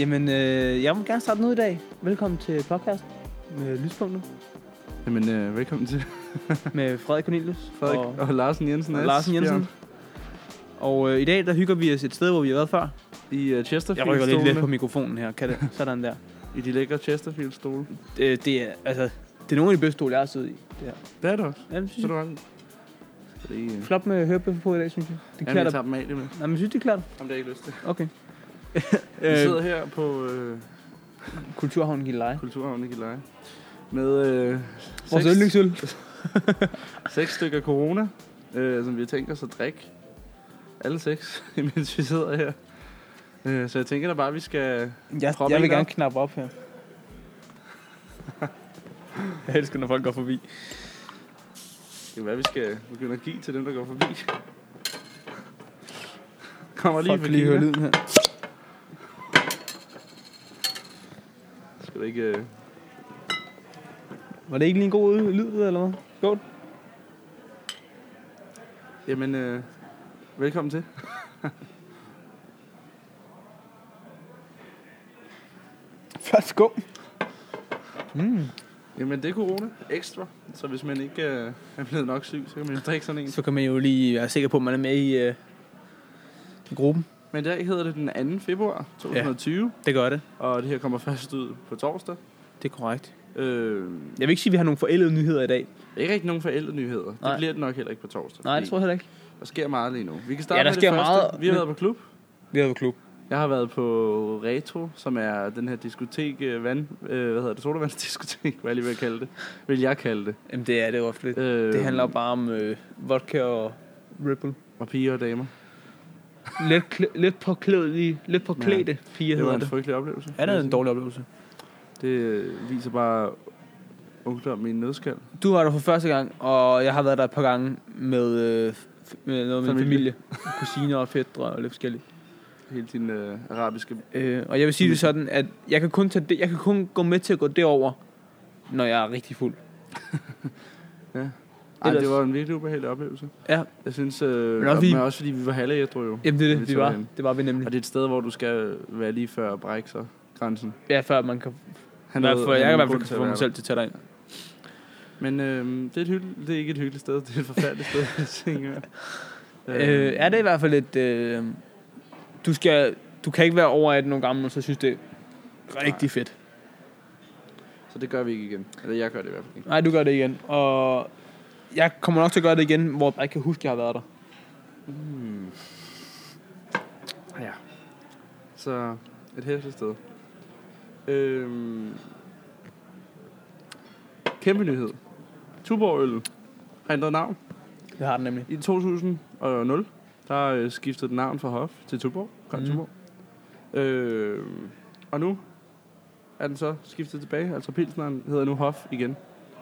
Jamen, jeg vil gerne starte nu i dag. Velkommen til podcast med Lyspunktet. Jamen, velkommen til. Med Frederik Cornelius. Og Larsen Jensen. Og Larsen Jensen. Og i dag, der hygger vi os et sted, hvor vi har været før. I Chesterfield-stolene. Jeg rykker lidt på mikrofonen her. Kan det? Sådan der. I de lækre Chesterfield-stole. Det er nogle af de bedste stole, jeg har siddet i. Det, det er det også. Ja, det synes jeg. Det flot med hørebøffer på i dag, synes jeg. Det klæder dig. Jeg tager dem af det med. Nej, men synes det er klart. Jamen, det er ikke lyst til. Okay. Vi sidder her på Kulturhavnen Gilleleje. Kulturhavnen Gilleleje. Med vores yndlingsøl. 6 stykker corona, som vi har tænkt os at drikke. Alle 6, mens vi sidder her. Så jeg tænker da bare, at vi skal... Jeg vil gerne knappe op her. Jeg elsker, når folk går forbi. Det kan være, vi skal begynde at give til dem, der går forbi. Kommer lige for lige høre lyden her. Skal det ikke... Var det ikke lige en god lyd, eller hvad? Godt. Jamen, velkommen til. Først gå. Jamen, det er corona ekstra, så hvis man ikke er blevet nok syg, så kan man jo drikke sådan en. Så kan man jo lige være sikker på, at man er med i gruppen. Men i dag hedder det den 2. februar 2020. Ja, det gør det. Og det her kommer først ud på torsdag. Det er korrekt. Jeg vil ikke sige, at vi har nogle forældede nyheder i dag. Det er ikke rigtig nogen forældede nyheder. Nej. Det bliver det nok heller ikke på torsdag. Nej, det tror jeg heller ikke. Der sker meget lige nu. Vi kan starte der med sker det første. Meget. Vi har været på klub. Vi har været på klub. Jeg har været på Retro, som er den her diskotek, sodavandsdiskotek, hvad jeg lige vil kalde det. Vil jeg kalde det. Jamen det er det ofte lidt. Det handler jo bare om vodka og Red og piger og damer. Lidt påklædte piger. Det var en frygtelig oplevelse. Ja, det er en dårlig oplevelse. Det viser bare ungdom i en nødskal. Du var der for første gang, og jeg har været der et par gange med noget med min familie. Kusiner og fætre og lidt forskelligt. Hele din arabiske... Og jeg vil sige det sådan, at jeg kan kun gå med til at gå derover, når jeg er rigtig fuld. Ja. Ej, det var en virkelig ubehagelig oplevelse. Ja. Jeg synes, men også fordi vi var halve ædru jo. Jamen det var vi nemlig. Og det er et sted, hvor du skal være lige før at brække sig grænsen. Ja, før man kan... jeg kan i hvert fald få mig selv til at tage dig ind. Men det er ikke et hyggeligt sted, det er et forfærdeligt sted. Er det i hvert fald et... Du kan ikke være over 18 år gammel, og så synes det er rigtig fedt. Så det gør vi ikke igen. Eller jeg gør det i hvert fald ikke. Nej, du gør det igen. Og jeg kommer nok til at gøre det igen, hvor jeg ikke kan huske, at jeg har været der. Ja. Så et hæftigt sted. Kæmpe nyhed. Tuborg-øl har ændret navn. Det har den nemlig. I 2000 der skiftede den navn fra Hof til Tuborg. Tuborg. Og nu er den så skiftet tilbage. Altså Pilsneren hedder nu Hof igen.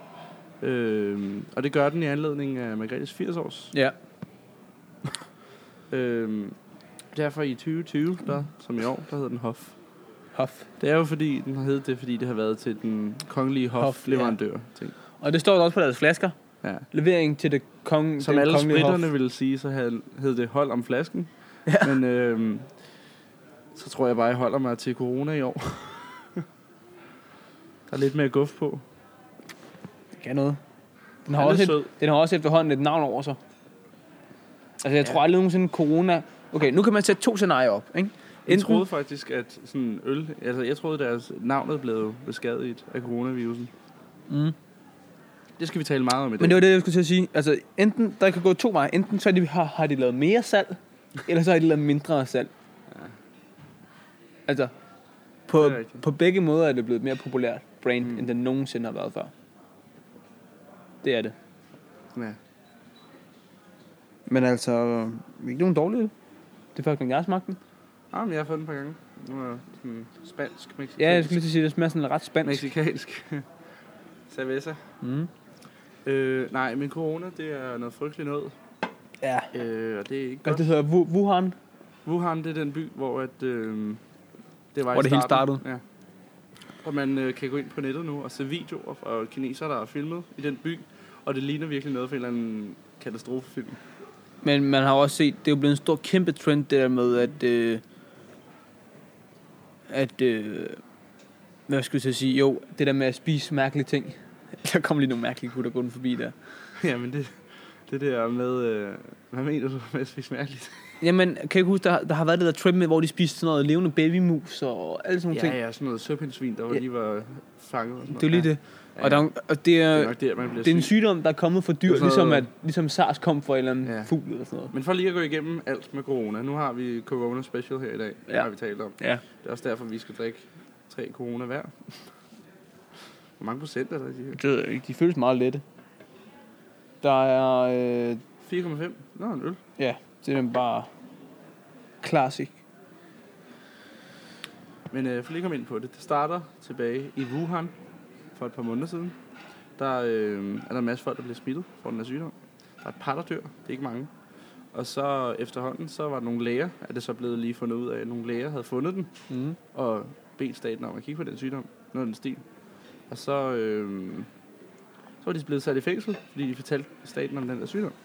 Og det gør den i anledning af Margrethes 80 års. Ja. Derfor i 2020, som i år, der hedder den Hof. Hof. Det er jo fordi, den har heddet det, fordi det har været til den kongelige hofleverandør. Ja. Og det står også på deres flasker. Ja. Levering til det kongelige som alle spritterne ville sige, så hed det hold om flasken. Ja. Men så tror jeg bare, jeg holder mig til corona i år. Der er lidt mere guf på. Det kan noget. Den har også efterhånden et navn over sig. Altså jeg tror aldrig nogensinde corona... Okay, nu kan man sætte 2 scenarier op, ikke? Jeg troede faktisk, at sådan øl... Altså jeg troede, deres navnet blev beskadiget af coronavirusen. Det skal vi tale meget om i dag. Men det var det, jeg skulle til at sige. Altså enten, der kan gå 2 veje. Enten så har de lavet mere salg, eller så har de lavet mindre salg. Ja. Altså, på begge måder er det blevet et mere populært brand, end det nogensinde har været før. Det er det. Ja. Men altså, ikke nogen dårlige. Det er faktisk en jeg smagte den. Men jeg har fået den et par gange. Nu er sådan spansk, mexikansk. Ja, jeg skulle lige sige, det smager sådan ret spansk. Mexikansk. Cerveza. Nej, men corona, det er noget frygteligt noget. Ja. Og det er ikke godt. Det hedder Wuhan. Wuhan, det er den by, hvor det var hvor det hele startede. Ja. Og man kan gå ind på nettet nu og se videoer og kinesere, der er filmet i den by. Og det ligner virkelig noget for en eller anden katastrofefilm. Men man har også set, det er jo blevet en stor kæmpe trend, det der med, at, hvad skulle jeg sige, jo, det der med at spise mærkelige ting, der kommer lige nogle mærkelige gutter gående forbi der. Jamen det der med, hvad mener du med at spise mærkeligt? Jamen, kan jeg huske, der har været det der trip med, hvor de spiste sådan noget levende babymus og alle sådan nogle ting. Ja, sådan noget søpindsvin, der lige var fanget. Og sådan det er jo lige det. Ja. Og det er nok der, man bliver det er en syg. sygdom, der er kommet fra dyr, ligesom SARS kom fra en eller anden fugl eller sådan noget. Men for lige at gå igennem alt med corona, nu har vi Corona Special her i dag, det har vi talt om. Ja. Det er også derfor, vi skal drikke 3 corona hver. Hvor mange procent er der i de her? Det ved jeg ikke, de føles meget lette. Der er... 4,5? Nå, en øl. Ja, det er bare classic. Men for lige at komme ind på det, det starter tilbage i Wuhan for et par måneder siden. Der er der en masse folk, der bliver smittet for den her sygdom. Der er et par, der dør. Det er ikke mange. Og så efterhånden, så var der nogle læger, er det så blevet lige fundet ud af, at nogle læger havde fundet den, og bedt staten om at kigge på den sygdom. Noget af den stil. Og så var de blevet sat i fængsel, fordi de fortalte staten om den der sygdom.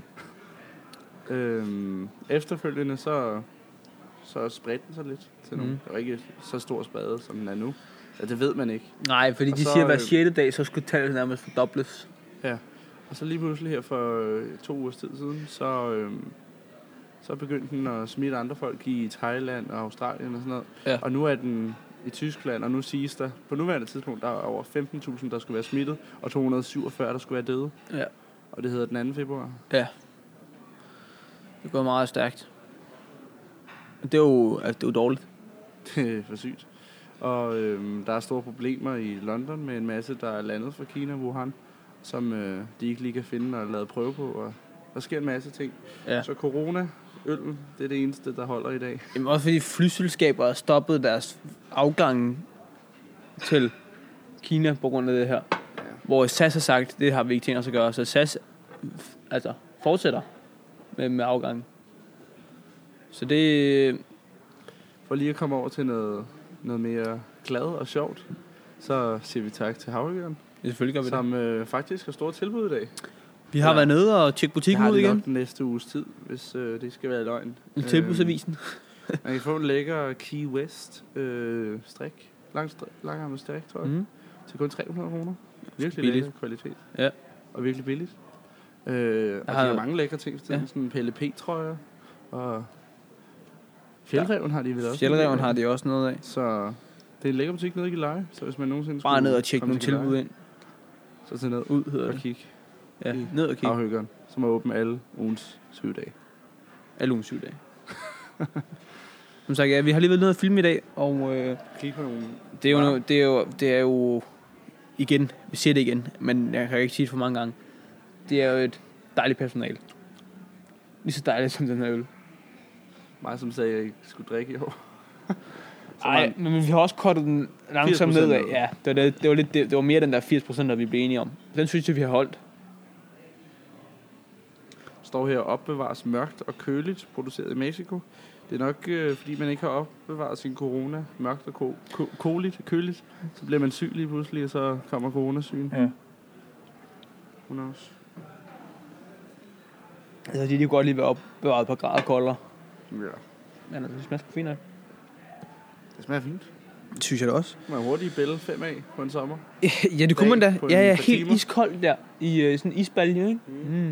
Efterfølgende, så spredte den sig lidt til nogle. Det var ikke så stor spredning, som den er nu. Ja, det ved man ikke. Nej, fordi de siger, at hver 6. dag, så skulle tallet nærmest fordobles. Ja, og så lige pludselig her for 2 ugers tid siden, så begyndte den at smitte andre folk i Thailand og Australien og sådan noget. Ja. Og nu er den i Tyskland, og nu siges der, på nuværende tidspunkt, der er over 15.000, der skulle være smittet, og 247, der skulle være døde. Ja. Og det hedder den 2. februar. Ja. Det går meget stærkt. Det er jo dårligt. Det er for sygt. Og der er store problemer i London med en masse, der er landet fra Kina, Wuhan, som de ikke lige kan finde og lade prøve på. Og der sker en masse ting. Ja. Så corona, øllen, det er det eneste, der holder i dag. Jamen også fordi flyselskaber har stoppet deres afgang til Kina på grund af det her. Ja. Hvor SAS har sagt, det har vi ikke tænkt os at gøre. Så SAS fortsætter med afgangen. Så det... For lige at komme over til noget mere glad og sjovt, så siger vi tak til Havregården. Ja, selvfølgelig gør vi som faktisk har store tilbud i dag. Vi har været nede og tjekke butikken ud igen. Det har de nok den næste uges tid, hvis det skal være løgn. Tilbudsavisen. Man kan få en lækker Key West strik, langarmet strik, tror jeg, til kun 300 kroner. Virkelig lækker kvalitet. Ja. Og virkelig billigt. Og de har mange lækre ting, sådan en PLP-trøjer, og Fjeldreven har de vel også. Fjeldreven har de også noget af. Så det er en lækker butik nede i Gilleleje, så hvis man nogensinde bare ned og tjekke nogle tilbud ind. Så til ned ud hedder og det. Kig. Ja, ned og kig. Havhøggeren, som er åben alle ugens 7 dage. Alle ugens 7 dage. Som sagt, ja, vi har lige været nede og filme i dag, og kig på nogle. Det er jo igen, vi siger det igen, men jeg kan ikke sige det for mange gange. Det er jo et dejligt personal. Lige så dejligt som den her øl. Mig som sagde, at jeg ikke skulle drikke i år. Nej, men vi har også kortet den langsomt ned af. Ja, det var mere den der 80%, der vi blev enige om. Den synes jeg, vi har holdt. Står her opbevares mørkt og køligt, produceret i Mexico. Det er nok, fordi man ikke har opbevaret sin corona mørkt og køligt. Så bliver man syg lige pludselig, og så kommer coronasygen. Ja. Hun også. Altså, de godt lige være opbevaret på grader koldere. Ja. Men altså, det smager fint nok. Det smager fint. Det synes jeg da også. Man hurtigt bælle 5 af på en sommer. Ja, det kunne man da. Ja, helt iskoldt der. I sådan en isbalje, ikke?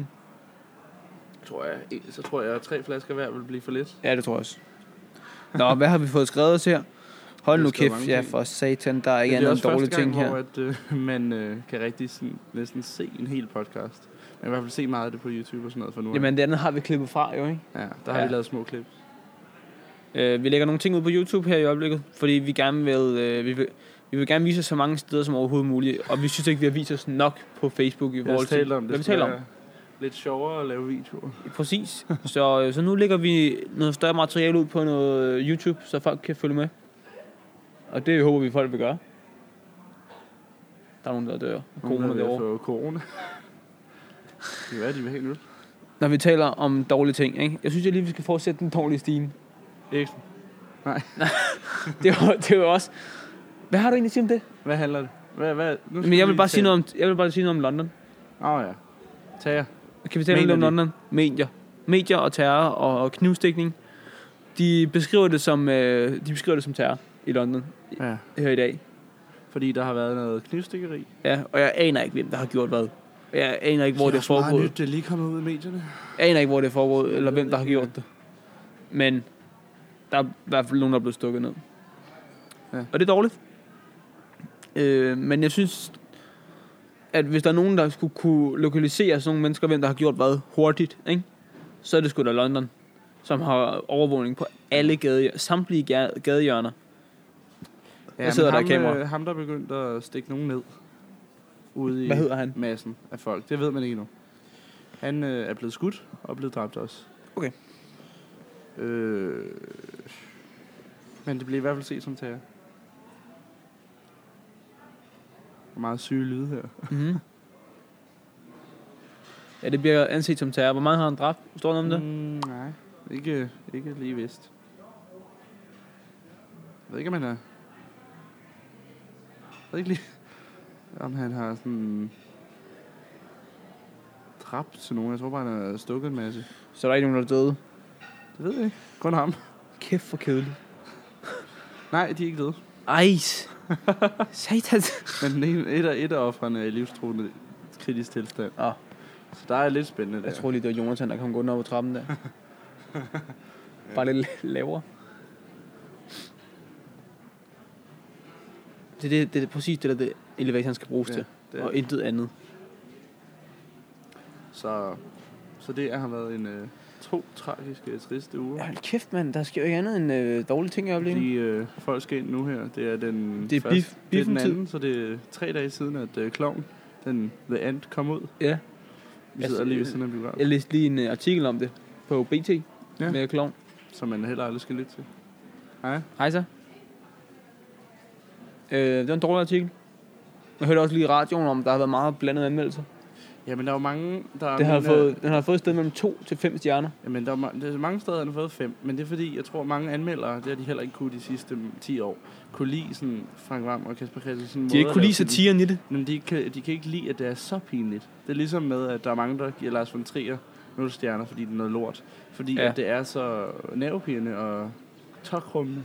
Så tror jeg, at 3 flasker hver vil blive for lidt. Ja, det tror jeg også. Nå, hvad har vi fået skrevet os her? Hold nu kæft, ja, for satan, der er ikke andet dårlige ting her. Det er også første gang, hvor man kan rigtig næsten se en hel podcast. Man kan i hvert fald se meget af det på YouTube og sådan noget for nu. Jamen, det andet har vi klippet fra, jo, ikke? Ja, der har vi lavet små klip. Vi lægger nogle ting ud på YouTube her i øjeblikket, fordi vi gerne vi vil gerne vise os så mange steder som overhovedet muligt, og vi synes ikke, vi har vist os nok på Facebook i forhold til, hvad vi taler om. Lidt sjovere at lave videoer. Præcis. Så nu lægger vi noget større materiale ud på noget YouTube, så folk kan følge med. Og det håber vi, folk vil gøre. Der er nogen, der dør. Corona derovre. Corona. Det kan være, de vil have noget. Når vi taler om dårlige ting, ikke? Jeg synes lige, vi skal fortsætte den dårlige stime. Ikke? Nej. det er jo også... Hvad har du egentlig at sige om det? Hvad handler det? Men jeg vil bare sige noget om London. Ja. Terror. Kan vi tale lidt om London? Medier og terror og knivstikning. De beskriver det som terror. i London Ja. her i dag. Fordi der har været noget knivstikkeri. Ja, og jeg aner ikke, hvem der har gjort hvad. Jeg aner ikke, hvor det er foregået. Nyt, det er lige kommet ud i medierne. Jeg aner ikke, hvor det er foregået, eller hvem der har gjort det. Men der er i hvert fald nogen, der er blevet stukket ned. Ja. Og det er dårligt. Men jeg synes, at hvis der er nogen, der skulle kunne lokalisere sådan nogle mennesker, hvem der har gjort hvad hurtigt, ikke? Så er det sgu da London, som har overvågning på alle samtlige gadehjørner. Ja, der sidder men der kamera. ham, der begyndte at stikke nogen ned ude Hvad i hedder han? massen af folk. Det ved man ikke endnu. Han er blevet skudt og blevet dræbt også. Okay. Men det blev i hvert fald set som terror. Meget syge lyde her. Mm-hmm. Ja, det bliver anset som terror. Hvor mange har han dræbt? Står der om det? Nej, ikke lige vist. Jeg ved ikke, om han er... Jeg ved ikke lige, om han har sådan... dræbt til nogen. Jeg tror bare, han har stukket en masse. Så er der ikke nogen, der er døde? Det ved jeg ikke. Kun ham. Kæft for kedeligt. Nej, de er ikke døde. Ejs. Satans. Men et af offrene er i livstruende kritisk tilstand. Åh. Så der er lidt spændende der. Jeg tror lige, det var Jonathan, der kom gående op ad trappen der. Bare lidt lavere. Det er præcis det, der det elevatoren skal bruges til. Og intet andet. Så det har været en 2 tragiske, triste uger. Ja, hold kæft, mand. Der sker jo ikke andet end dårlige ting i øjeblikket. Fordi folk skal ind nu her. Det er den det er første, det er den tid. anden, så det er 3 dage siden, at Klovn, The End, kom ud. Ja. Vi sidder lige ved siden af biograf. Jeg læste lige en artikel om det på BT med Klovn. Som man heller aldrig skal lytte til. Hej. Hej så. Det var en dårlig artikel. Jeg hørte også lige i radioen om, der har været meget blandet anmeldelser. Jamen, der er jo mange, der... Den har fået et sted mellem 2 til 5 stjerner. Jamen, der er mange steder, den har fået 5. Men det er fordi, jeg tror, mange anmeldere, det har de heller ikke kunne de sidste 10 år, kunne lide sådan Frank Hvam og Kasper Christensen. De har ikke kunne lide satiren i det. Men de kan ikke lide, at det er så pinligt. Det er ligesom med, at der er mange, der giver Lars von Trier 0 stjerner, fordi det er noget lort. Fordi at det er så nervepirrende og tokrummende.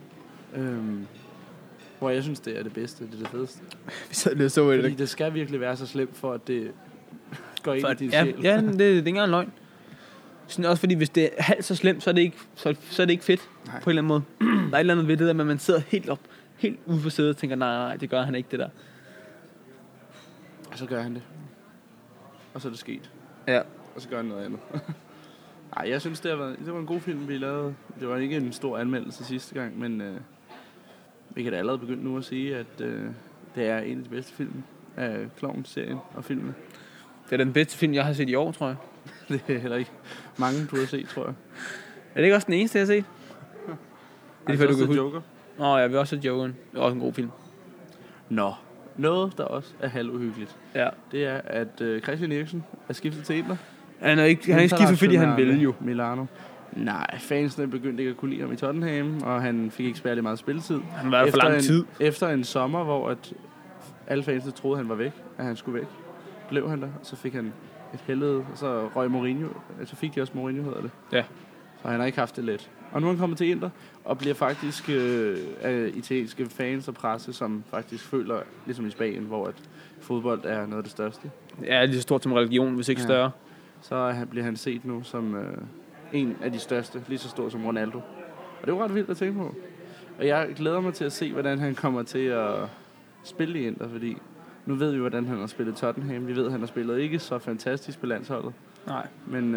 Hvor jeg synes, det er det bedste, det er det fedeste. Vi sad lige så fordi det skal virkelig være så slemt, for at det går ind i din sjæl. Ja, det er ikke engang løgn. Sådan også fordi, hvis det er halvt så slemt, så er det ikke fedt. Nej. På en eller anden måde. Der er et eller andet ved det der, men man sidder helt ude for sædet og tænker, nej, det gør han ikke, det der. Og så gør han det. Og så er det sket. Ja. Og så gør han noget andet. Nej, jeg synes, det var en god film, vi lavede. Det var ikke en stor anmeldelse sidste gang, men vi kan da allerede begynde nu at sige, at det er en af de bedste film af Klovn-serien og filmene. Det er den bedste film, jeg har set i år, tror jeg. Det er heller ikke mange, du har set, tror jeg. Er det ikke også den eneste, jeg har set? Det er også Joker. Nå, jeg vil også se Jokeren. Det er også en god film. Nå. Noget, der også er halvuhyggeligt. Ja. Det er, at Christian Eriksen er skiftet til Inter. Han er ikke skiftet, fordi han ville jo. Milano. Nej, fansene begyndte ikke at kunne lide ham i Tottenham, og han fik ikke spærligt meget spilletid. Han var der for lang tid. Efter en sommer, hvor at alle fansene troede, han var væk, at han skulle væk, blev han der, og så fik han et helvede, og så røg Mourinho. Så fik de også Mourinho, hedder det. Ja. Så han har ikke haft det let. Og nu er han kommet til Inter, og bliver faktisk af italienske fans og presse, som faktisk føler, ligesom i Spanien, hvor at fodbold er noget af det største. Ja, lige så stort som religion, hvis ikke større. Så bliver han set nu som en af de største, lige så stor som Ronaldo. Og det er jo ret vildt at tænke på. Og jeg glæder mig til at se, hvordan han kommer til at spille i Inter, fordi nu ved vi, hvordan han har spillet Tottenham. Vi ved, at han har spillet ikke så fantastisk på landsholdet. Nej. Men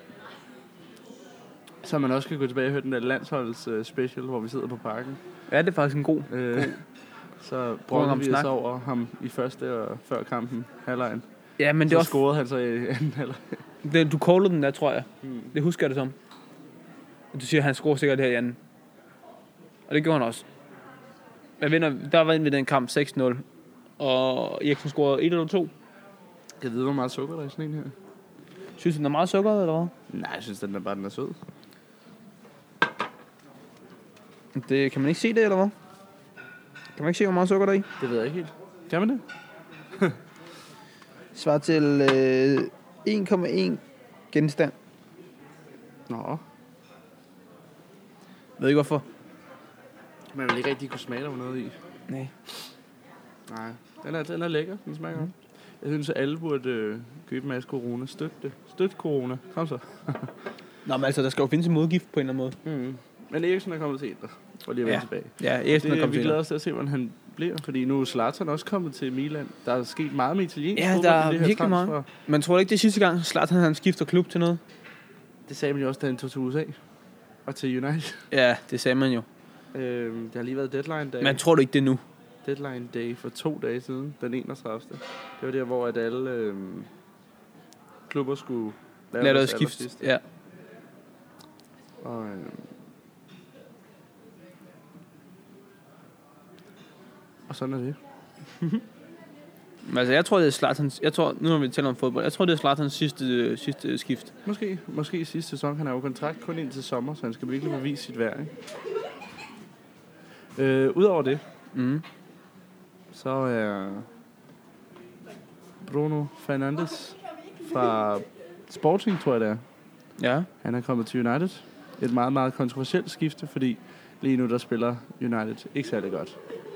så man også kan gå tilbage og høre den der landsholds special, hvor vi sidder på parken. Ja, det er faktisk en god. Så brokker vi os over ham i første og før kampen, halvlejen. Ja, men det så også scorede han så i anden halvleg. Du callede den der, tror jeg. Det husker jeg det som. Og du siger, at han scorer sikkert her i anden. Og det gjorde han også. Der var en ved den kamp 6-0. Og Eriksen scorede 1 eller 2. Jeg ved, hvor meget sukker der er i sådan en her. Synes du, den er meget sukkeret, eller hvad? Nej, jeg synes, den er sød. Det, kan man ikke se det, eller hvad? Kan man ikke se, hvor meget sukker der er i? Det ved jeg ikke helt. Kan man det? Svar til 1,1 genstand. Nå. Ved ikke hvorfor. Man vil ikke rigtig kunne smage, der var noget i. Nej. Nej, den er lækker. Den smager godt. Jeg synes, at alle burde købe en masse corona. Støt corona. Kom så. Nå, men altså, der skal jo findes en modgift på en eller anden måde. Mm. Men Eriksen er kommet til Inter. For lige at vende tilbage. Ja, Eriksen er kommet til. Vi glæder os til at se, hvordan han bliver. Fordi nu er Zlatan også kommet til Milan. Der er sket meget med italiensk fodbold. Ja, der er virkelig meget. Men tror du ikke, det er sidste gang, Zlatan han skifter klub til noget? Det sagde man jo også, da han tog til USA. Og til United. Ja, det sagde man jo. Det har lige været deadline day. Men tror du ikke det nu? Deadline day for 2 dage siden, den 31. Det var der, hvor at alle klubber skulle lave deres skift. Ja. Og sådan er det. Men altså, jeg tror, det er Zlatans. Nu når vi taler om fodbold, jeg tror, det er Zlatans sidste skift. Måske sidste sæson. Han har jo kontrakt kun indtil sommer, så han skal virkelig bevise sit værd. Udover det, så er Bruno Fernandes fra Sporting, tror jeg det er. Ja. Han er kommet til United. Et meget, meget kontroversielt skifte, fordi lige nu der spiller United ikke særlig godt.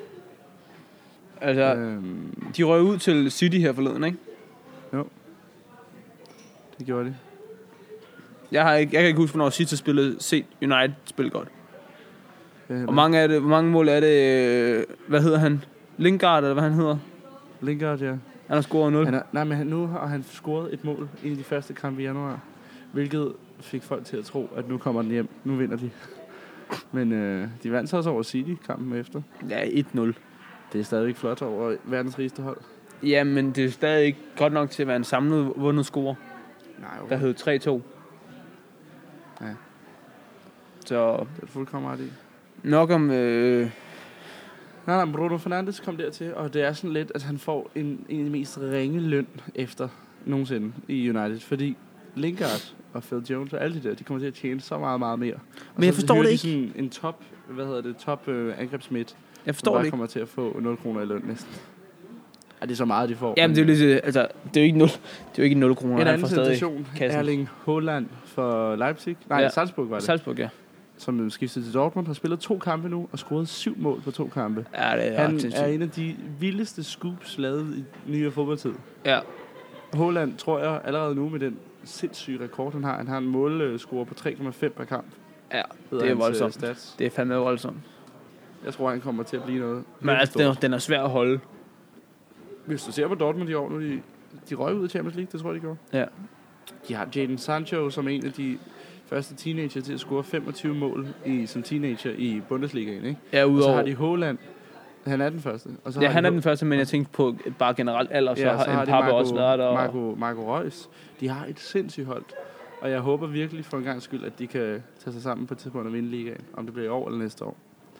Altså, de røg ud til City her forleden, ikke? Jo. Det gjorde de. Jeg kan ikke huske, hvornår City spillede set United spille godt. Hvor mange mål er det? Hvad hedder han? Lingard, eller hvad han hedder? Lingard, ja. Han har scoret 0. Nu har han scoret et mål i de første kampe i januar, hvilket fik folk til at tro, at nu kommer den hjem. Nu vinder de. Men de vandt så også over City-kampen efter. Ja, 1-0. Det er stadigvæk flot over verdens rigeste hold. Ja, men det er stadig ikke godt nok til at være en samlet vundet score. Nej, okay. Der hed 3-2. Ja. Så det er fuldkommen ret i. Nok om... Nej, Bruno Fernandes kom dertil, og det er sådan lidt, at han får en af de mest ringe løn efter nogensinde i United, fordi Lingard og Phil Jones og alle de der, de kommer til at tjene så meget, meget mere. Men jeg forstår det ikke. Sådan en top angrebsmidt. Jeg forstår det ikke. Kommer til at få 0 kroner i løn næsten. Ja, det er så meget, de får. Jamen, det er jo lidt, altså, det er jo ikke 0 kroner. En anden sensation, Erling Haaland for Leipzig. Nej, ja. Salzburg var det. Salzburg, ja. Som skiftede til Dortmund, har spillet 2 kampe nu og scoret 7 mål på 2 kampe. Ja, det er han er en af de vildeste scoops lavet i nyere fodboldtid. Ja. Haaland, tror jeg, allerede nu med den sindssyge rekord, han har. Han har en målscore på 3,5 per kamp. Ja, det er voldsomt. Det er fandme voldsomt. Jeg tror, han kommer til at blive noget. Men altså, den er svær at holde. Hvis du ser på Dortmund i år, nu de røg ud af Champions League, det tror jeg, de gjorde. Ja. De har Jadon Sancho som en af de første teenager til at score 25 mål som teenager i Bundesligaen, ikke? Ja, udover. Og så har de Haaland. Han er den første. Og så han er den første, men jeg tænkte på bare generelt alder, så har en par også været der. Marco Reus. De har et sindssygt hold. Og jeg håber virkelig for en gang skyld, at de kan tage sig sammen på et tidspunkt og vinde ligaen. Om det bliver i år eller næste år.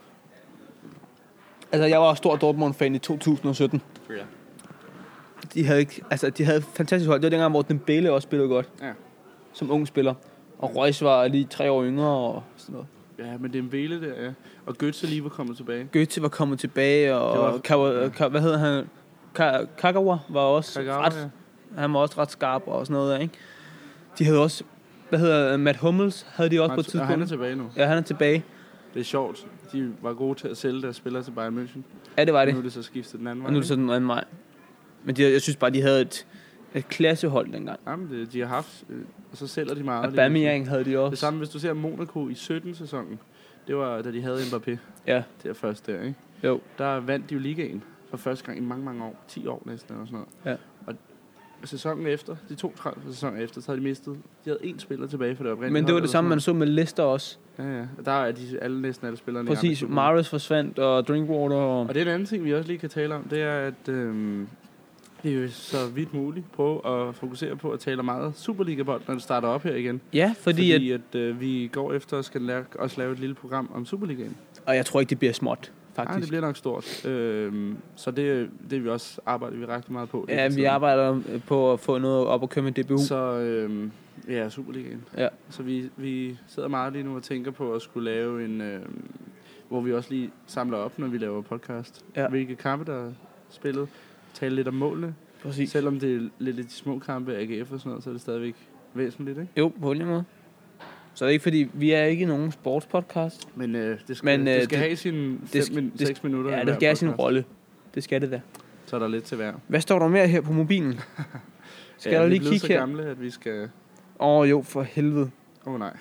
Altså, jeg var stor Dortmund-fan i 2017. Ja. De havde et fantastisk hold. Det var dengang, hvor Dembele også spillede godt. Ja. Som ung spiller. Og Reus var lige 3 år yngre og sådan noget. Ja, men Dembele der, ja. Og Götze lige var kommet tilbage. Götze var kommet tilbage, og hvad hedder han? Kagawa var også ret... Ja. Han var også ret skarp og sådan noget, ikke? De havde også... Matt Hummels havde de også på et tidspunkt. Han er tilbage nu. Ja, han er tilbage. Det er sjovt. De var gode til at sælge deres spillere til Bayern München. Ja, det var det. Nu er det så skiftet den anden vej. Og nu er det så den anden vej. Men jeg synes bare, de havde et klassehold dengang. Jamen, de har haft... Og så sælger de meget. Aubameyang havde de også. Det samme, hvis du ser Monaco i 17-sæsonen. Det var, da de havde Mbappé. Ja. Der først der, ikke? Jo. Der vandt de jo ligaen for første gang i mange, mange år. 10 år næsten, eller sådan noget. Ja. Og sæsonen efter, de 32 sæsoner efter, så havde de mistet... De havde 1 spiller tilbage for det oprindelige. Men det var det samme, man så med Leicester også. Ja. Og der er de næsten alle spillerne. Præcis. Mahrez forsvandt, og Drinkwater og det er en anden ting, vi også lige kan tale om. Det er, at det er jo så vidt muligt prøve at fokusere på at tale meget Superliga-bold, når det starter op her igen. Ja, fordi at vi går efter og skal også lave et lille program om Superligaen. Og jeg tror ikke, det bliver småt, faktisk. Nej, det bliver nok stort. Så det vi også arbejder vi rigtig meget på. Ja, vi arbejder på at få noget op og køre med DBU. Så ja, Superligaen. Ja. Så vi sidder meget lige nu og tænker på at skulle lave en... hvor vi også lige samler op, når vi laver podcast. Ja. Hvilke kampe, der er spillet. Tale lidt om målene. Præcis. Selvom det er lidt de små kampe, AGF og sådan noget, så er det stadigvæk væsentligt, ikke? Jo, på en måde. Så det er ikke fordi, vi er ikke nogen sportspodcast. Men det skal have sine 6 minutter. Ja, det skal have sin rolle. Det skal det da. Så er der lidt til hver. Hvad står der mere her på mobilen? Skal der lige kigge her? Vi er så gamle, at vi skal... Jo, for helvede. Nej.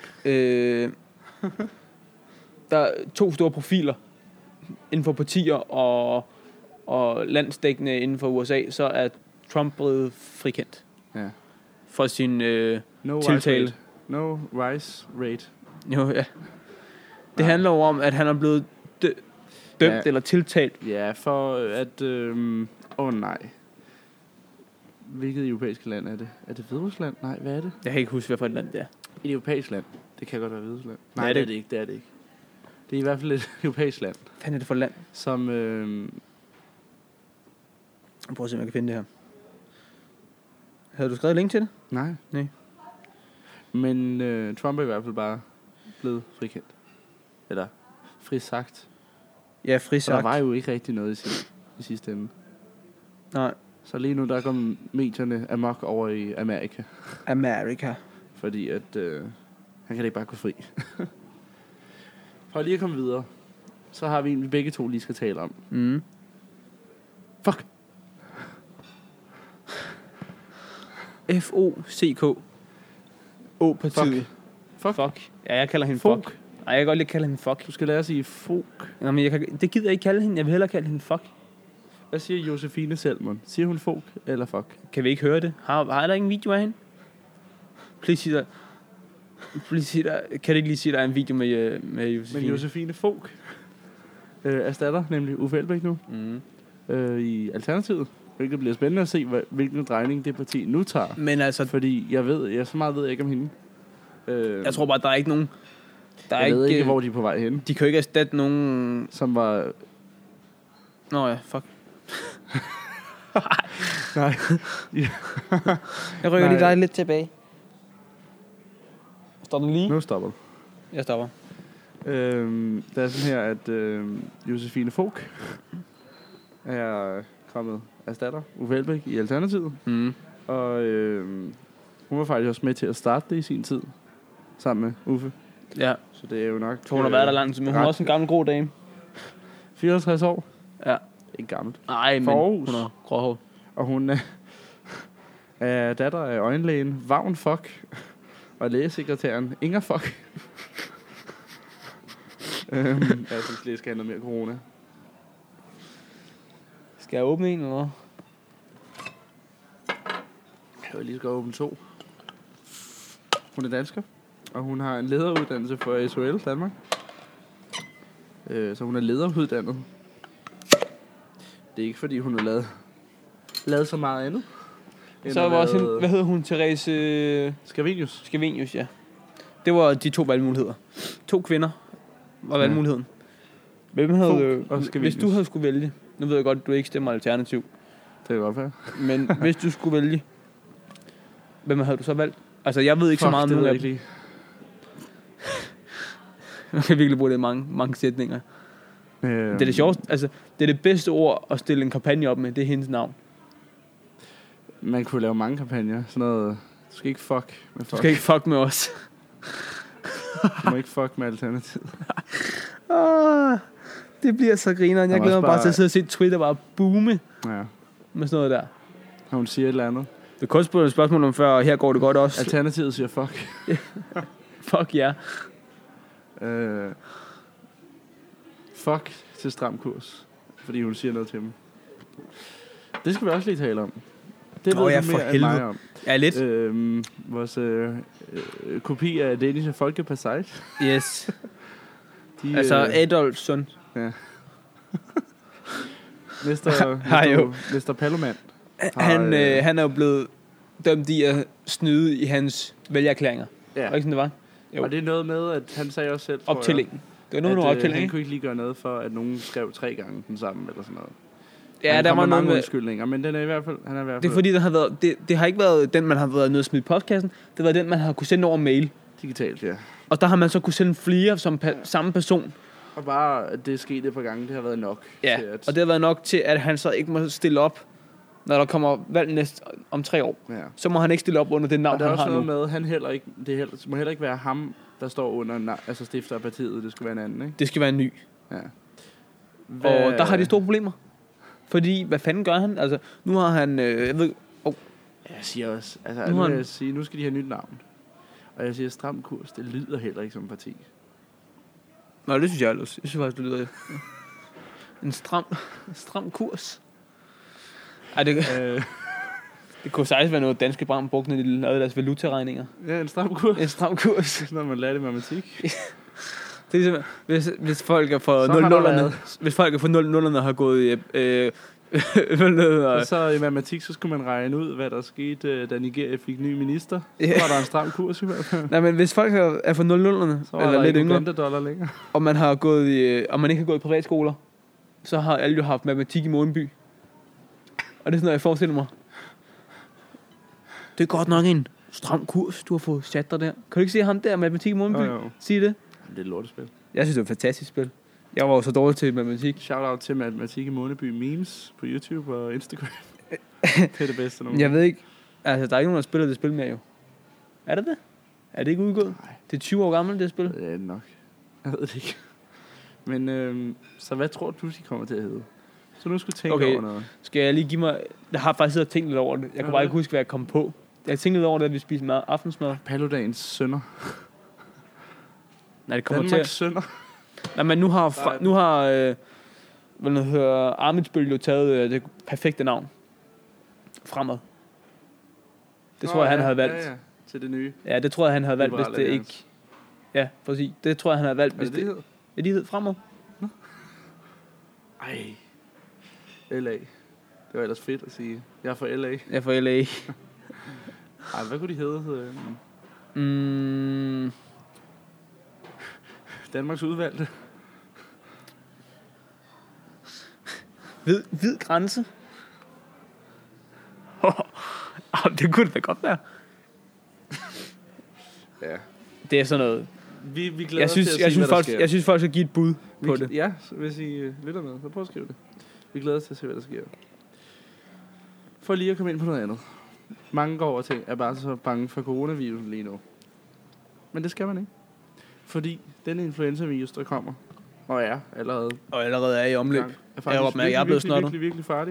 Der er 2 store profiler inden for partier og landsdækkende inden for USA, så er Trump blevet frikendt. Ja. For sin tiltale. No rise rate. Jo, ja. Det handler jo om, at han er blevet dømt eller tiltalt. Ja, for at... nej. Hvilket europæiske land er det? Er det Hviderusland? Nej, hvad er det? Jeg kan ikke huske, hvad for et land det er. Et europæisk land. Det kan godt være Hviderusland. Nej, ja, det er det ikke. Det er i hvert fald et europæisk land. Hvad fanden er det for et land? Som... Prøv at se, om jeg kan finde det her. Havde du skrevet link til det? Nej. Men Trump er i hvert fald bare blevet frikendt. Eller frisagt. Ja, frisagt. Og der var jo ikke rigtig noget i sidste ende. Nej. Så lige nu, der går medierne amok over i Amerika. Fordi at han kan ikke bare gå fri. For lige at komme videre, så har vi en, vi begge to lige skal tale om. Mm. Fuck. F-O-C-K. O-partiet. Fuck. Ja, jeg kalder hende fuck. Fuck. Ej, jeg kan godt lide at kalde hende fuck. Du skal lære at sige fuck. Nå, men det gider jeg ikke kalde hende. Jeg vil hellere kalde hende fuck. Hvad siger Josefine Selmon? Siger hun fuck eller fuck? Kan vi ikke høre det? Har der ikke en video af hende? Please sig der. Kan det ikke lige sige, der er en video med Josefine? Men Josefine Fogh erstatter nemlig Uffe Elbæk nu. I Alternativet. Hvilket bliver spændende at se, hvilken drejning det parti nu tager. Men altså... Fordi så meget ved jeg ikke om hende. Jeg tror bare, der er ikke nogen... Jeg ved ikke, hvor de er på vej hen. De kan jo ikke erstatte nogen... Som var... Nå ja, fuck. Nej. Jeg rykker lige dig lidt tilbage. Står du lige? Nu stopper. Jeg stopper. Det er sådan her, at Josefine Fogh er kommet erstatter Uffe Elbæk i Alternativet. Mm. Og hun var faktisk også med til at starte det i sin tid. Sammen med Uffe. Ja. Så det er jo nok... Hun har været der langt, men hun er også en gammel grå dame. 54 år. Ja. Ikke gammelt. Nej, men hun er gråhåret. Og hun er datter af øjenlægen Vagn Fuck og lægesekretæren Inger Fuck. Jeg synes lige, skal have noget mere corona. Skal jeg åbne en, eller hvad? Jeg vil lige skal åbne 2. Hun er dansker, og hun har en lederuddannelse for SOL Danmark. Så hun er lederuddannet. Det er ikke, fordi hun har lavet så meget andet. Så var også hende, hvad hedder hun? Therese... Scavenius, ja. Det var de 2 valgmuligheder. 2 kvinder var valgmuligheden. Hvem havde... Hvis du havde skulle vælge... Nu ved jeg godt, at du ikke stemmer Alternativ. Det kan godt være. Men hvis du skulle vælge... Hvem havde du så valgt? Altså, jeg ved ikke så meget om nogen af dem. Man kan virkelig bruge det i mange sætninger. Det er det sjoveste. Altså, det er det bedste ord at stille en kampagne op med. Det er hendes navn. Man kunne lave mange kampagner. Sådan noget... Du skal ikke fuck med folk. Du skal ikke fuck med os. Du må ikke fuck med Alternativet. Det bliver så grineren. Jeg glæder mig bare til at sidde og se Twitter bare boome. Ja. Med sådan noget der. Når hun siger et eller andet. Det kunne også et spørgsmål om før, og her går det godt også. Alternativet siger fuck. Fuck ja. Fuck til stram kurs. Fordi hun siger noget til dem. Det skal vi også lige tale om. Det ved du mere end mig om. Ja, lidt. Vores kopi af Danish Folkeparti. Yes. Altså Adolfsson. Ja. Mr. Palomand. Han er jo blevet dømt i at snyde i hans vælgererklæringer. Ja. Var ikke sådan, det var? Jo. Og det er noget med, at han sagde også selv, optællingen. Det var noget optælling. Han kunne ikke lige gøre noget for, at nogen skrev 3 gange den samme, eller sådan noget. Ja, der var mange undskyldninger, men den er i hvert fald... Det er fordi, den har været, det har ikke været den, man har været nødt at smide i postkassen. Det var den, man har kunne sende over mail. Digitalt, ja. Og der har man så kunne sende flere som samme person. Og bare, at det skete et par gange, det har været nok. Ja, til at... og det har været nok til, at han så ikke må stille op, når der kommer valg næste om 3 år. Ja. Så må han ikke stille op under det navn, han har nu. Og der er også noget med, han heller ikke, må heller ikke være ham der står under, altså stifter af partiet, det skulle være en anden, ikke? Det skal være en ny. Ja. Og der har de store problemer. Fordi, hvad fanden gør han? Altså, nu har han, jeg ved... Jeg siger også, altså nu vil jeg sige, nu skal de have nyt navn. Og jeg siger, Stram Kurs, det lyder heller ikke som en parti. Nej, det synes jeg ellers. Jeg synes faktisk, det lyder... en stram kurs. Ej, det kunne sagtens være noget danske Bank brugte, når de lavede deres valutaregninger. Ja, en stram kurs. En stram kurs. Det er, når man lærer det matematik. Det er ligesom, hvis folk er for 0-0'erne, hvis folk er for 0-0'erne og har gået så i matematik, så skulle man regne ud, hvad der skete, da Nigeria fik ny minister. Så var der en stram kurs i hvert fald. Nej, men hvis folk er for 0-0'erne, så eller lidt yngre, dollar længere. Og man har gået og man ikke har gået i privatskoler, så har alle jo haft matematik i Måneby. Og det er sådan noget, jeg forestiller mig. Det er godt nok en stram kurs, du har fået sat dig der. Kan du ikke se ham der, matematik i Måneby? Jo. Sige det? Det er et lortespil. Jeg synes, det er et fantastisk spil. Jeg var jo så dårlig til matematik. Shout-out til Matematik i Måneby memes på YouTube og Instagram. Det er det bedste nu. Jeg ved ikke. Altså, der er ikke nogen, der spiller det spil mere jo. Er det det? Er det ikke udgået? Nej. Det er 20 år gammelt, det spil. Det er det nok. Jeg ved det ikke. Men så hvad tror du, de kommer til at hedde? Så nu skal du tænke over noget. Skal jeg lige give mig... Jeg har faktisk siddet og tænkt lidt over det. Jeg kan bare ikke huske, hvad jeg kom på. Jeg tænkte lidt over det, at vi spiser aftensmad. Paludans sønner. Nej, det kommer Danmarks til... sønner. Nej, men nu har Amitsbøl jo taget det perfekte navn. Fremad. Det tror jeg, han havde valgt. Ja, til det nye. Ja, det tror jeg, han havde valgt, hvis det ikke... Ja, præcis. Det tror jeg, han havde valgt, hvis det... Ja, de hed Fremad. Ej. LA. Det var ellers fedt at sige. Jeg er fra LA. Jeg er fra LA. Ej, hvad kunne de hedde? Danmarks udvalgte. Hvid grænse. Det kunne det da godt være. Ja. Det er sådan noget. Vi glæder os til at se, hvad der sker. Jeg synes, folk skal give et bud på det. Ja, hvis I lytter med, så prøv at skrive det. Vi glæder os til at se, hvad der sker. For lige at komme ind på noget andet. Mange går og er bare så bange for coronavirus lige nu. Men det skal man ikke. Fordi den influenza-virus, der kommer, og allerede er i omløb. Er faktisk virkelig farlig.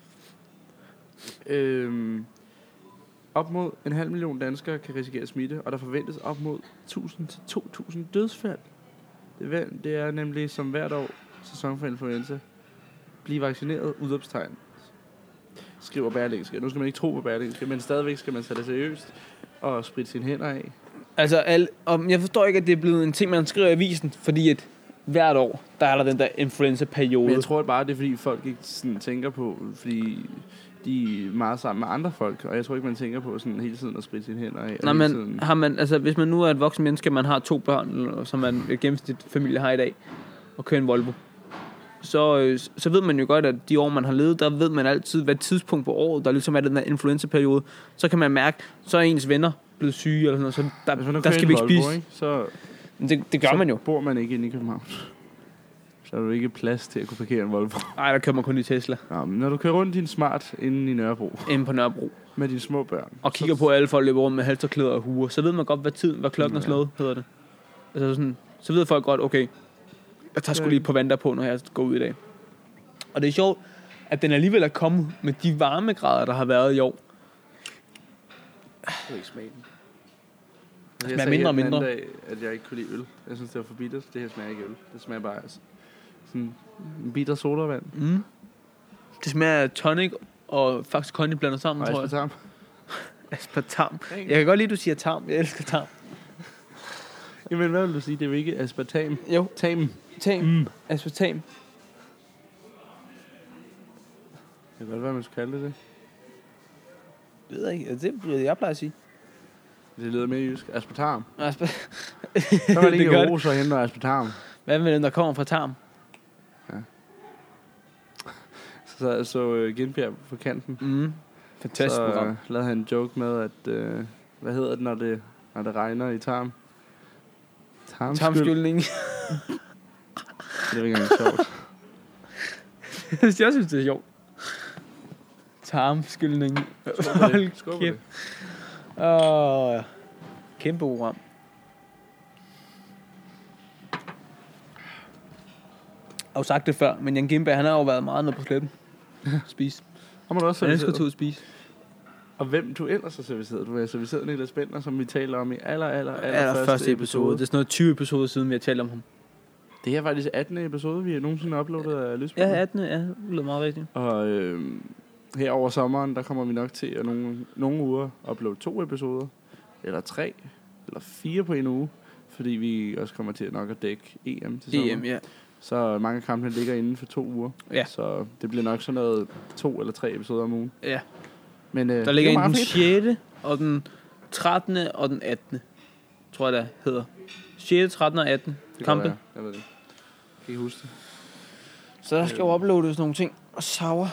Op mod 500.000 danskere kan risikere smitte, og der forventes op mod 1.000 til 2.000 dødsfald. Det er nemlig som hvert år sæson for influenza. Bliv vaccineret, udopstegn. Skriver Berlingske. Nu skal man ikke tro på Berlingske, men stadigvæk skal man tage det seriøst og spritte sine hænder af. Altså, jeg forstår ikke, at det er blevet en ting, man skriver i avisen, fordi at hvert år, der er der den der influenza-periode. Men jeg tror bare, det er fordi folk ikke sådan tænker på, fordi de er meget sammen med andre folk, og jeg tror ikke, man tænker på sådan hele tiden at spritte sine hænder af. Nej, men har man, altså, hvis man nu er et voksen menneske, man har 2 børn, som man i gennemsnit familie har i dag, og kører en Volvo, så ved man jo godt, at de år, man har levet, der ved man altid, hvad tidspunkt på året, der ligesom er den der influenza-periode, så kan man mærke, så er ens venner blevet syge, eller sådan noget, så der skal vi ikke spise. Ikke? Så det gør man jo. Bor man ikke inde i København. Så er du ikke plads til at kunne parkere en Volvo. Nej, der kører man kun i Tesla. Ja, men når du kører rundt din smart inde i Nørrebro. Inde på Nørrebro. Med dine små børn. Og kigger på, at alle folk løber rundt med halsterklæder og huer, så ved man godt, hvad klokken er slået, hedder det. Altså sådan, så ved folk godt, okay, jeg tager sgu lige på vandre på, når jeg går ud i dag. Og det er sjovt, at den alligevel er kommet med de varmegrader, der har været i år. Det er ikke smagen. Det smager mindre og mindre. Dag, at jeg ikke kunne lide øl. Jeg synes, det var for bittert. Det her smager ikke øl. Det smager bare sådan en bitter sodavand. Mm. Det smager af tonic og faktisk kondic blandet sammen, og tror jeg. Aspartam. Jeg kan godt lide, at du siger tarm. Jeg elsker tarm. Jamen, hvad vil du sige? Det er jo ikke aspartam. Jo. Tam. Aspartam. Det kan godt være, man skulle kalde det. Det ved jeg ikke. Det er det, jeg plejer at sige. Det lyder mere jysk. Aspartam. Så var det ikke roser og henter aspartam. Hvad med den, der kommer fra tarm? Ja. Så Genbjerg på kanten. Fantastisk program. Så lavede han en joke med, at hvad hedder det, når det regner i tarm? Tarmskyldning. Det er ikke engang sjovt. Jeg synes, det er sjovt. Tarmskyldning. Skål på det. Kæmpe program. har jo sagt det før, men Jan Gindberg, han har jo været meget nede på sletten. Spise. Har man også Han serviceret? skal ud og spise. Og hvem du ellers har serviceret? Du har serviceret Niklas Bentner, som vi taler om i aller Første episode. Det er sådan noget 20 episoder siden, vi har talt om ham. Det er faktisk 18. episode, vi har nogensinde uploadet af Lystbånd. Ja, 18. Ja, det lyder meget rigtigt. Og her over sommeren, der kommer vi nok til at nogle uger uploade 2 episoder. Eller 3. Eller 4 på en uge. Fordi vi også kommer til nok at dække EM til sommer. EM, ja. Så mange af kampene ligger inden for 2 uger. Ja. Så det bliver nok sådan noget 2 eller 3 episoder om ugen. Ja. Men, Der ligger en den 6. og den 13. og den 18. Tror jeg, der hedder. 6., 13. og 18. kampe. Jeg ved det. Kan ikke huske det. Så der skal jo uploades nogle ting. Og sauer.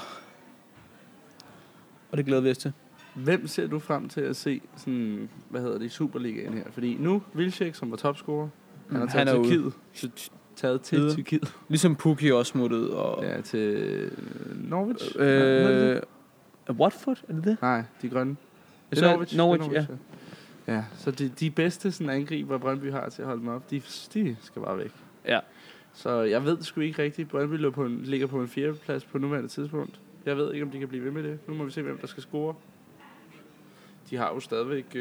Og det glæder vi os til. Hvem ser du frem til at se sådan, i Superligaen her? Fordi nu, Wilczek, som var topscorer, han har taget til Tyrkiet. Ligesom Pukki også smuttet. Og Ja, til Norwich. Watford, er det det? Nej, de grønne. Det er Norwich, ja. Ja, så de bedste sådan angriber, Brøndby har til at holde dem op, de skal bare væk. Ja. Så jeg ved sgu ikke rigtigt. Brøndby ligger på en 4. plads på nuværende tidspunkt. Jeg ved ikke, om de kan blive ved med det. Nu må vi se, hvem der skal score. De har jo stadigvæk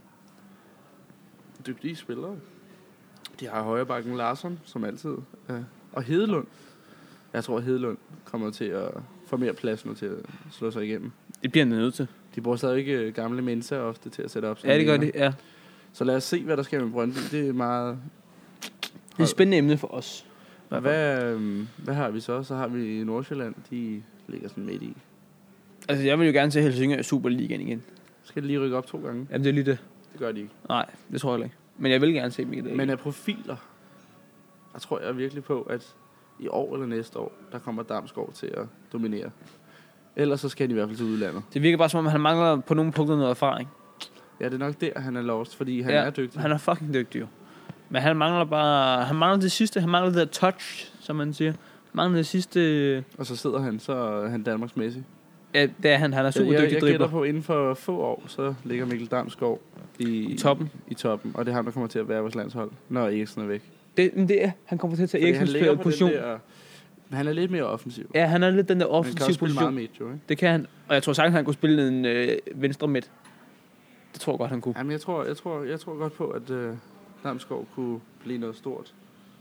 dygtige spillere. De har højrebakken Larsson, som altid. Og Hedelund. Jeg tror, Hedelund kommer til at få mere plads nu til at slå sig igennem. Det bliver han nødt til. De bruger stadig gamle Mensa ofte til at sætte op. Ja, det gør de, ja. Så lad os se, hvad der sker med Brøndby. Det er meget... Det er et spændende emne for os. Hvad har vi så? Så har vi Nordsjælland. De ligger sådan midt i. Altså, jeg vil jo gerne se Helsingør i Superligaen igen. Skal de lige rykke op 2 gange? Jamen, det er lige det. Det gør de ikke. Nej, det tror jeg ikke. Men jeg vil gerne se dem i dag. Men af profiler, der tror jeg virkelig på, at i år eller næste år, der kommer Damsgaard til at dominere. Ellers så skal de i hvert fald til udlandet. Det virker bare som om, han mangler på nogle punkter noget erfaring. Ja, det er nok der, han er lost, fordi han er dygtig. Han er fucking dygtig jo. Men han mangler det sidste, han mangler det der touch, som man siger. Han mangler det sidste... Og så er han Danmarks Messi. Ja, det er han er super dygtig Jeg dribler. gætter på, inden for få år, så ligger Mikkel Damsgaard i toppen. I toppen, og det er ham, der kommer til at være vores landshold, når Eriksen er væk. Han kommer til at tage Eriksens position. Han er lidt mere offensiv. Ja, han er lidt den der offensiv position. Han kan også spille meget midt, jo, ikke? Det kan han. Og jeg tror sagtens, han kunne spille en venstre midt. Det tror jeg godt, han kunne. Jamen, jeg tror godt på, at Damsgaard kunne blive noget stort.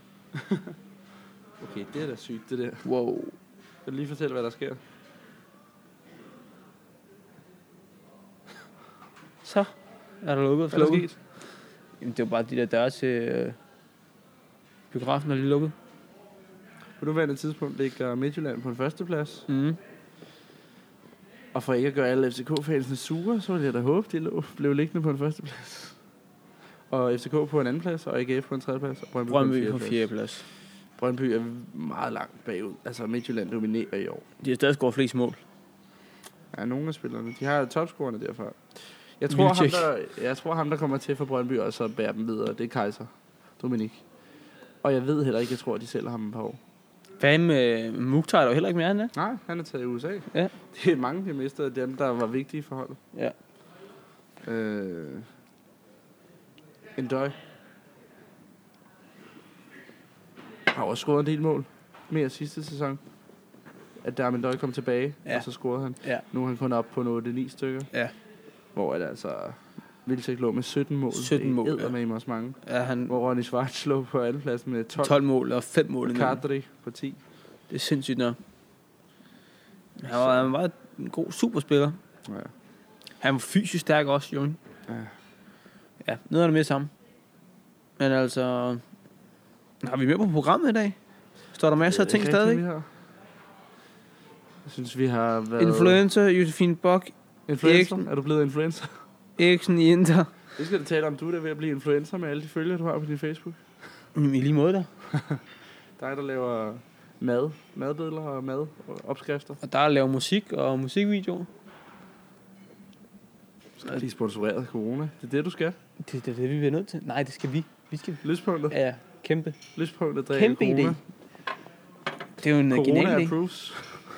Okay, det er da sygt, det der. Wow. Kan du lige fortælle, hvad der sker? Så er der lukket. Hvad er der sket? Jamen, det var bare de der døre til biografen, der lige lukket. På nuværende tidspunkt ligger Midtjylland på en 1. plads. Mhm. Og for ikke at gøre alle FCK-fansene sure, så ville jeg da håbe, de blev liggende på en 1. plads. Og FCK på en 2. plads, og AGF på en 3. plads, og Brøndby på 4. plads. Brøndby er meget langt bagud. Altså Midtjylland dominerer i år. De har stadig scoret flest mål. Ja, nogle af spillerne. De har topscorerne derfra. Jeg tror ham, der kommer til for Brøndby, og så bærer dem videre, det er Kaiser Dominik. Og jeg ved heller ikke, jeg tror, de sælger ham et par år. Hvad med Mukhtar? Er der jo heller ikke mere end det? Nej, han er taget i USA. Ja. Det er mange, de mistede af dem, der var vigtige for holdet. Ja. Endøj har også scoret en del mål. Mere sidste sæson. At der Endøj kom tilbage, og så scorede han. Ja. Nu er han kun op på 8-9 stykker. Ja. Hvor er det altså... Wilczek lå med 17 mål. 17 mål, det er med også mange. Ja, hvor Ronny Schwartz slog på anden plads med 12 mål og 5 mål. Kadri på 10. Det er sindssygt nok. Han var en god superspiller. Ja. Han var fysisk stærk også, Jon. Ja. Ja, noget er det med sammen. Men altså... Har vi med på programmet i dag? Står der masser af ting stadig? Jeg synes, vi har været... Influencer, Josefine Bock. Influencer? Er du blevet influencer? Eriksen i Inter. Det skal du tale om. Du er der ved at blive influencer med alle de følgere, du har på din Facebook. I lige måde der. Dig, der laver madbilleder og madopskrifter. Og der laver musik og musikvideoer. Skal de sponsoreret af corona? Det er det, du skal? Det er det, vi bliver nødt til. Nej, det skal vi. Lyspunktet? Ja, kæmpe. Lyspunktet drikker kæmpe corona. Idé. Det er jo en corona genial idé. approves.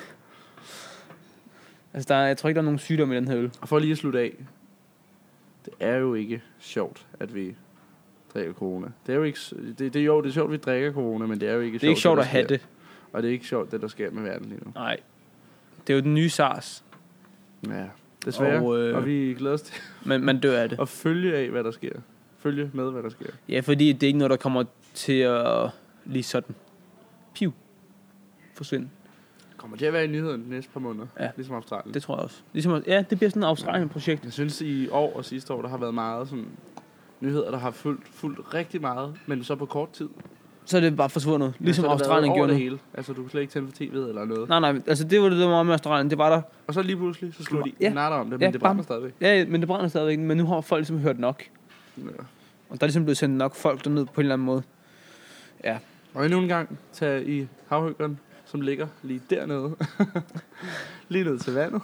Altså, jeg tror ikke, der er nogen sygdom i den her øl. Og for lige at slutte af. Det er jo ikke sjovt, at vi drikker corona. Det er jo ikke... Det er sjovt, at vi drikker corona, men det er jo ikke sjovt. Det er ikke sjovt at have det. Og det er ikke sjovt, det der sker med verden lige nu. Nej. Det er jo den nye SARS. Ja, desværre. Og vi glæder os til man dør af det. at følge af, hvad der sker. Følge med, hvad der sker. Ja, fordi det er ikke noget, der kommer til at lige sådan forsvinde. Kommer til at være i nyheden de næste par måneder. Ja. Ligesom Australien. Det tror jeg også. Ja, det bliver sådan et Australien-projekt. Jeg synes i år og sidste år, der har været meget sådan nyheder, der har fulgt rigtig meget, men så på kort tid. Så er det bare forsvundet. Ligesom Australien gjorde det hele. Altså, du kan slet ikke tænde for tv'et eller noget. Nej, altså det var det, der var med Australien. Det var der. Og så lige pludselig, så slog de natter om det, men det brænder stadigvæk. Ja, men det brænder stadigvæk. Men nu har folk ligesom hørt nok. Ja. Og der er ligesom blevet sendt nok folk derned på en eller anden måde. Ja. Og endnu en gang tage i havhøggeren, som ligger lige dernede. Lige ned til vandet.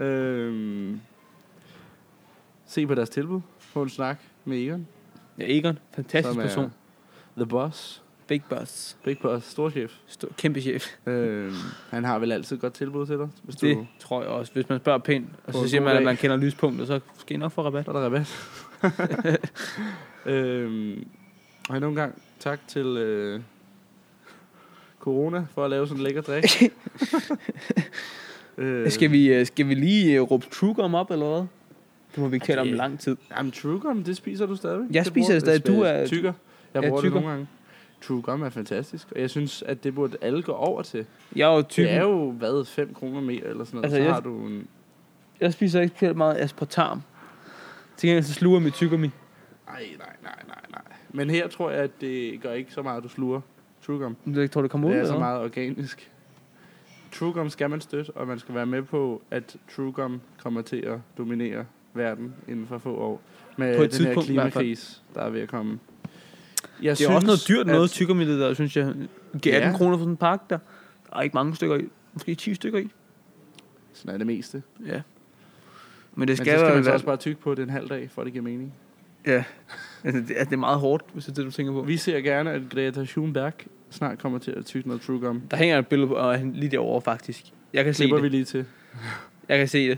Se på deres tilbud. Få en snak med Egon. Ja, Egon. Fantastisk person. The boss. Big boss. Big boss. Stor chef. Kæmpe chef. Han har vel altid godt tilbud til dig? Hvis det tror jeg også. Hvis man spørger pænt, og så siger man, at man kender lyspunkter, så skal I nok få rabat. Så er der rabat. Og endnu en gang tak til Corona for at lave sådan en lækker drik. Skal vi lige råbe TrueGum op, eller hvad? Det må vi ikke tale om i lang tid. Jamen, TrueGum, det spiser du stadig. Jeg spiser det stadig. Du er tykker. Jeg bruger det nogle gange. TrueGum er fantastisk, og jeg synes, at det burde alle gå over til. Jeg er jo det er jo, 5 kroner mere eller sådan noget, altså, så har du en... Jeg spiser ikke helt meget aspartam. Til gengæld så sluger mit tyggegummi. Nej. Men her tror jeg, at det gør ikke så meget, at du sluger TrueGum. Jeg tror, det kommer ud, det er så meget organisk. TrueGum skal man støtte, og man skal være med på, at TrueGum kommer til at dominere verden inden for få år. Med på den her klimakrise, der er ved at komme. Det er også noget dyrt noget tyggegummi, det der, synes jeg. Giver 18 kroner for sådan en pakke der. Der er ikke mange stykker i. Måske 10 stykker i. Sådan er det meste. Ja. Men så skal man så også bare tygge på det en halv dag, for det giver mening. Ja. Det er meget hårdt, hvis det er det, du tænker på. Vi ser gerne, at Greta Thunberg snart kommer til at tygge noget TrueGum. Der hænger et billede på lige derovre, faktisk. Jeg kan se det. Vi lige til. Jeg kan se det.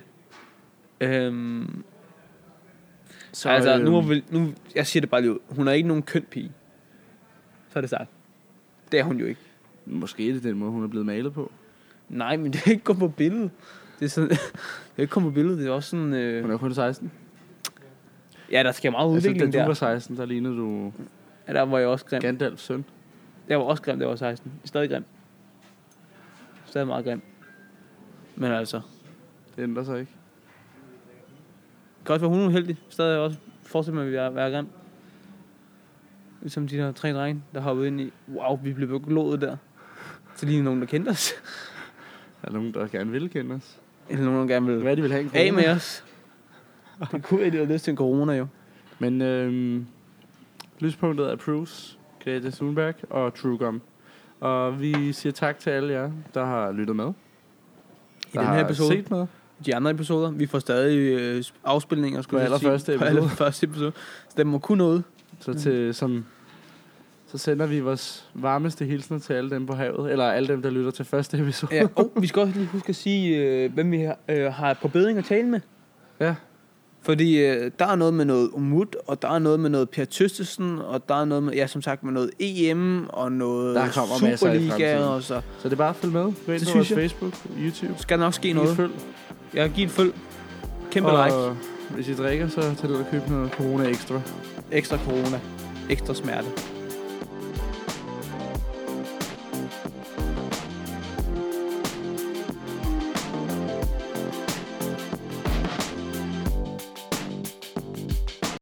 Så altså, nu, jeg siger det bare lige ud. Hun er ikke nogen køn pige. Så er det sagt. Det er hun jo ikke. Måske er det den måde, hun er blevet malet på. Nej, men det er ikke kun på billedet. Det er sådan, det er ikke kun på billedet, det er også sådan... Hun er kun 16. Ja, der sker meget udvikling der. Der Du var 16, der lignede du... Ja, der var jeg også grim. Gandalfs søn. Jeg var også grim, der var 16. Stadig grim. Stadig meget grim. Men altså... Det ændrer sig ikke. Det kan også være, hun er uheldig. Stadig også fortsætter med at være grim. Ligesom de der 3 drenge, der hoppede ind i... Wow, vi blev glået der. Så lige nogen, der kendte os. Der er nogen, der gerne vil kende os. Eller nogen, der gerne vil... Hvad de vil have en corona? Af med os. Det kunne være, det var lyst til en corona, jo. Men lyspunktet er Bruce, Greta Thunberg og TrueGum. Og vi siger tak til alle jer, der har lyttet med. I den her episode. Set med. De andre episoder. Vi får stadig afspilninger. På allerførste episode. Så det må kunne noget. Så sender vi vores varmeste hilsner til alle dem på havet. Eller alle dem, der lytter til første episode. Ja, vi skal også lige huske at sige, hvem vi har på bedring at tale med. Ja. Fordi der er noget med noget Umut, og der er noget med noget Per Tøstesen, og der er noget med, ja, som sagt, med noget EM, og noget der kommer Superliga. Og så det er bare at følge med. Gå ind på vores Facebook, YouTube. Skal nok ske noget. Følg. Ja, giv et følg. Kæmpe og like. Hvis I drikker, så tag ud og købe noget corona ekstra. Ekstra corona. Ekstra smerte.